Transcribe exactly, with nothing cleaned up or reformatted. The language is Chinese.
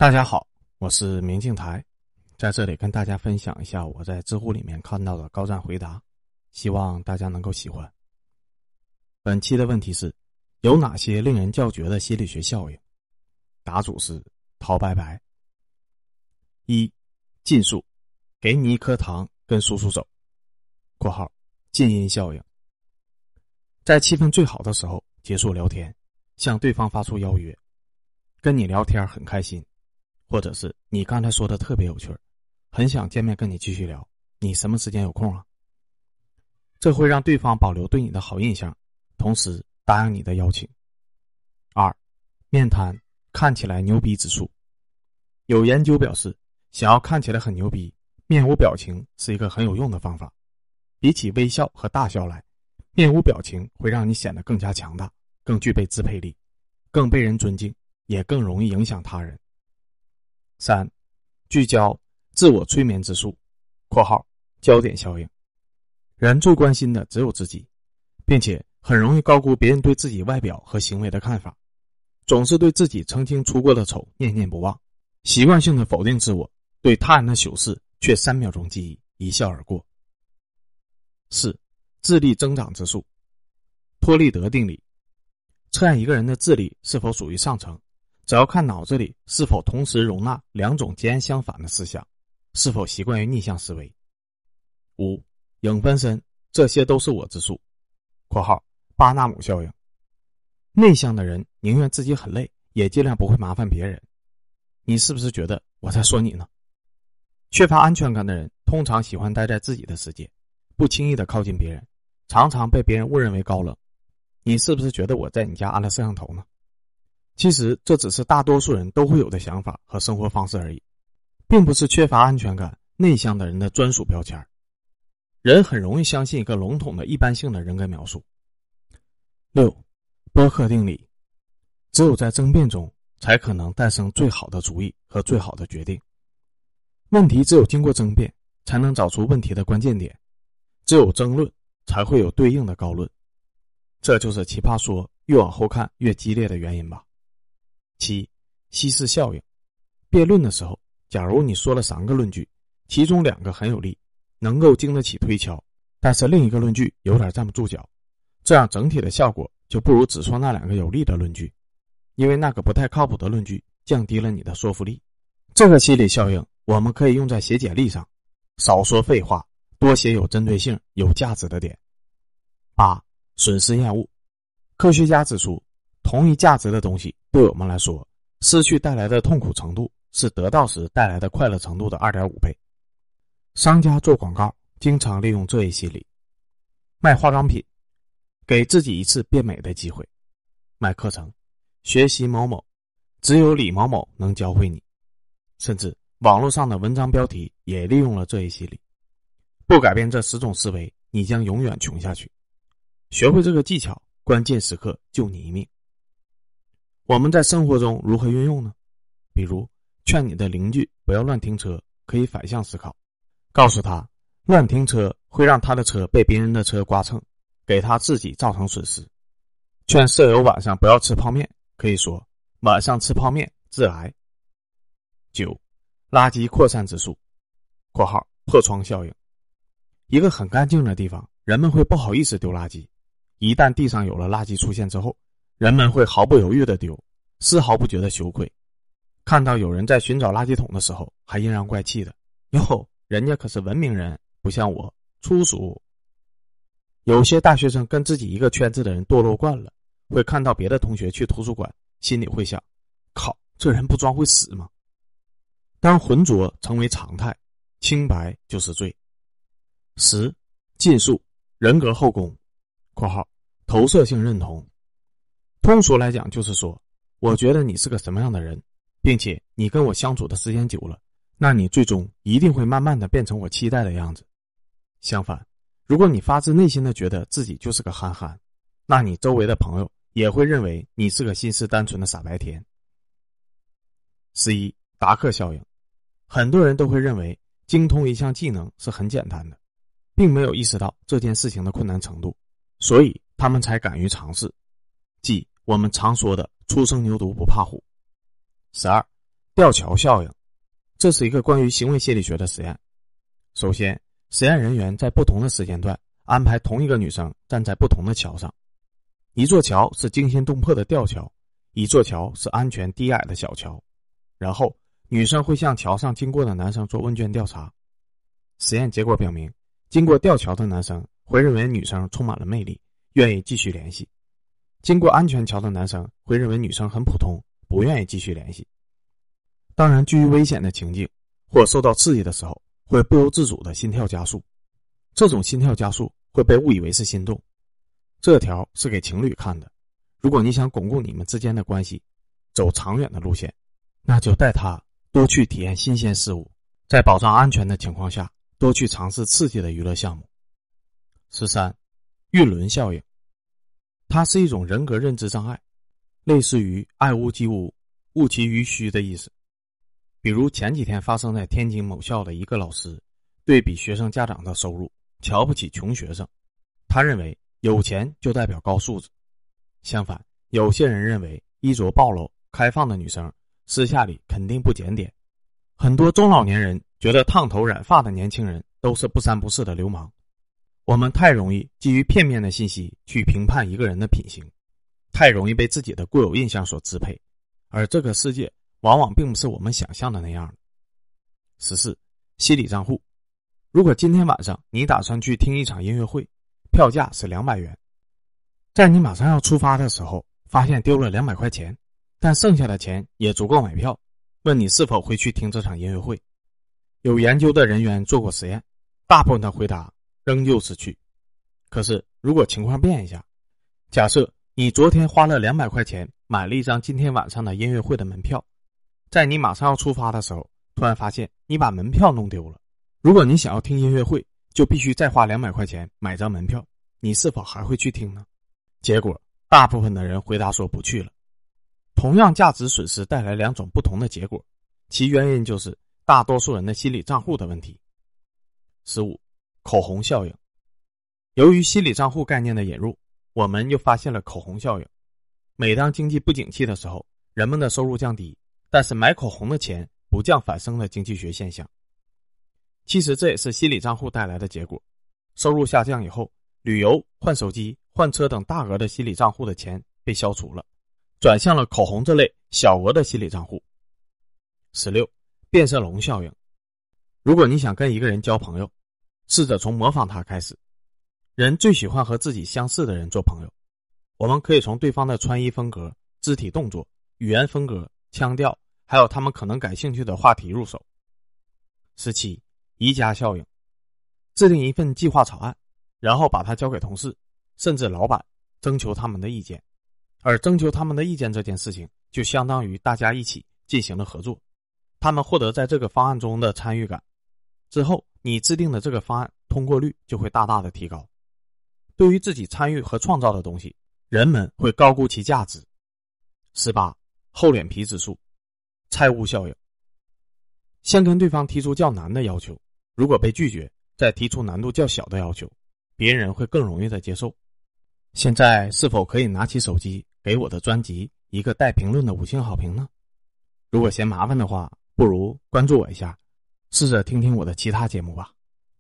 大家好，我是明镜台，在这里跟大家分享一下我在知乎里面看到的高赞回答，希望大家能够喜欢。本期的问题是，有哪些令人叫绝的心理学效应？答主是陶白白。一、禁术，给你一颗糖跟叔叔走（括号禁音效应）。在气氛最好的时候结束聊天，向对方发出邀约，跟你聊天很开心，或者是你刚才说的特别有趣，很想见面跟你继续聊，你什么时间有空啊？这会让对方保留对你的好印象，同时答应你的邀请。二、面瘫，看起来牛逼指数。有研究表示，想要看起来很牛逼，面无表情是一个很有用的方法。比起微笑和大笑来，面无表情会让你显得更加强大，更具备支配力，更被人尊敬，也更容易影响他人。三、聚焦，自我催眠之术（括号焦点效应）。人最关心的只有自己，并且很容易高估别人对自己外表和行为的看法，总是对自己曾经出过的丑念念不忘，习惯性的否定自我，对他人的糗事却三秒钟记忆，一笑而过。四、智力增长之术，托利德定理。测验一个人的智力是否属于上乘，只要看脑子里是否同时容纳两种截然相反的思想，是否习惯于逆向思维。五、影分身，这些都是我之术（括号巴纳姆效应）。内向的人宁愿自己很累，也尽量不会麻烦别人。你是不是觉得我在说你呢？缺乏安全感的人通常喜欢待在自己的世界，不轻易的靠近别人，常常被别人误认为高冷。你是不是觉得我在你家安了摄像头呢？其实这只是大多数人都会有的想法和生活方式而已，并不是缺乏安全感内向的人的专属标签。人很容易相信一个笼统的一般性的人格描述。六、波克定理，只有在争辩中才可能诞生最好的主意和最好的决定。问题只有经过争辩才能找出问题的关键点，只有争论才会有对应的高论。这就是奇葩说越往后看越激烈的原因吧。七、稀释效应。辩论的时候，假如你说了三个论据，其中两个很有力，能够经得起推敲，但是另一个论据有点站不住脚，这样整体的效果就不如只说那两个有力的论据，因为那个不太靠谱的论据降低了你的说服力。这个心理效应我们可以用在写简历上，少说废话，多写有针对性有价值的点。八、损失厌恶。科学家指出，同一价值的东西对我们来说，失去带来的痛苦程度是得到时带来的快乐程度的 二点五 倍。商家做广告经常利用这一心理。卖化妆品，给自己一次变美的机会。卖课程，学习某某，只有李某某能教会你。甚至网络上的文章标题也利用了这一心理。不改变这十种思维，你将永远穷下去。学会这个技巧，关键时刻救你一命。我们在生活中如何运用呢？比如劝你的邻居不要乱停车，可以反向思考，告诉他乱停车会让他的车被别人的车刮蹭，给他自己造成损失。劝舍友晚上不要吃泡面，可以说晚上吃泡面致癌。九、垃圾扩散之术（括号破窗效应）。一个很干净的地方，人们会不好意思丢垃圾，一旦地上有了垃圾出现之后，人们会毫不犹豫地丢，丝毫不觉得羞愧。看到有人在寻找垃圾桶的时候还阴阳怪气的，哟，人家可是文明人，不像我粗俗。有些大学生跟自己一个圈子的人堕落惯了，会看到别的同学去图书馆，心里会想，靠，这人不装会死吗？当浑浊成为常态，清白就是罪。十、禁术，人格后宫（括号投射性认同）。通俗来讲就是说，我觉得你是个什么样的人，并且你跟我相处的时间久了，那你最终一定会慢慢的变成我期待的样子。相反，如果你发自内心的觉得自己就是个憨憨，那你周围的朋友也会认为你是个心思单纯的傻白甜。十一、达克效应。很多人都会认为精通一项技能是很简单的，并没有意识到这件事情的困难程度，所以他们才敢于尝试，即我们常说的初生牛犊不怕虎。十二、 吊桥效应，这是一个关于行为心理学的实验。首先，实验人员在不同的时间段安排同一个女生站在不同的桥上，一座桥是惊心动魄的吊桥，一座桥是安全低矮的小桥。然后女生会向桥上经过的男生做问卷调查。实验结果表明，经过吊桥的男生会认为女生充满了魅力，愿意继续联系；经过安全桥的男生会认为女生很普通，不愿意继续联系。当然，居于危险的情境或受到刺激的时候，会不由自主的心跳加速，这种心跳加速会被误以为是心动。这条是给情侣看的，如果你想巩固你们之间的关系，走长远的路线，那就带他多去体验新鲜事物，在保障安全的情况下，多去尝试刺激的娱乐项目。十三，晕轮效应，它是一种人格认知障碍，类似于爱屋及乌、误其于虚的意思。比如前几天发生在天津某校的一个老师，对比学生家长的收入，瞧不起穷学生。他认为有钱就代表高素质。相反，有些人认为衣着暴露、开放的女生私下里肯定不检点。很多中老年人觉得烫头染发的年轻人都是不三不四的流氓。我们太容易基于片面的信息去评判一个人的品行，太容易被自己的固有印象所支配，而这个世界往往并不是我们想象的那样的。十四，心理账户。如果今天晚上你打算去听一场音乐会，票价是两百元，在你马上要出发的时候，发现丢了两百块钱，但剩下的钱也足够买票，问你是否会去听这场音乐会。有研究的人员做过实验，大部分的回答仍旧是去。可是如果情况变一下，假设你昨天花了两百块钱买了一张今天晚上的音乐会的门票，在你马上要出发的时候，突然发现你把门票弄丢了。如果你想要听音乐会，就必须再花两百块钱买张门票，你是否还会去听呢？结果大部分的人回答说不去了。同样价值损失带来两种不同的结果，其原因就是大多数人的心理账户的问题。十五，口红效应。由于心理账户概念的引入，我们又发现了口红效应。每当经济不景气的时候，人们的收入降低，但是买口红的钱不降反升的经济学现象。其实这也是心理账户带来的结果。收入下降以后，旅游、换手机、换车等大额的心理账户的钱被消除了，转向了口红这类小额的心理账户。十六，变色龙效应。如果你想跟一个人交朋友，试着从模仿他开始。人最喜欢和自己相似的人做朋友。我们可以从对方的穿衣风格、肢体动作、语言风格、腔调，还有他们可能感兴趣的话题入手。十七，宜家效应。制定一份计划草案，然后把它交给同事，甚至老板，征求他们的意见。而征求他们的意见这件事情，就相当于大家一起进行了合作，他们获得在这个方案中的参与感。之后你制定的这个方案通过率就会大大的提高。对于自己参与和创造的东西，人们会高估其价值。十八，厚脸皮指数，猜屋效应。先跟对方提出较难的要求，如果被拒绝，再提出难度较小的要求，别人会更容易的接受。现在是否可以拿起手机给我的专辑一个带评论的五星好评呢？如果嫌麻烦的话，不如关注我一下，试着听听我的其他节目吧。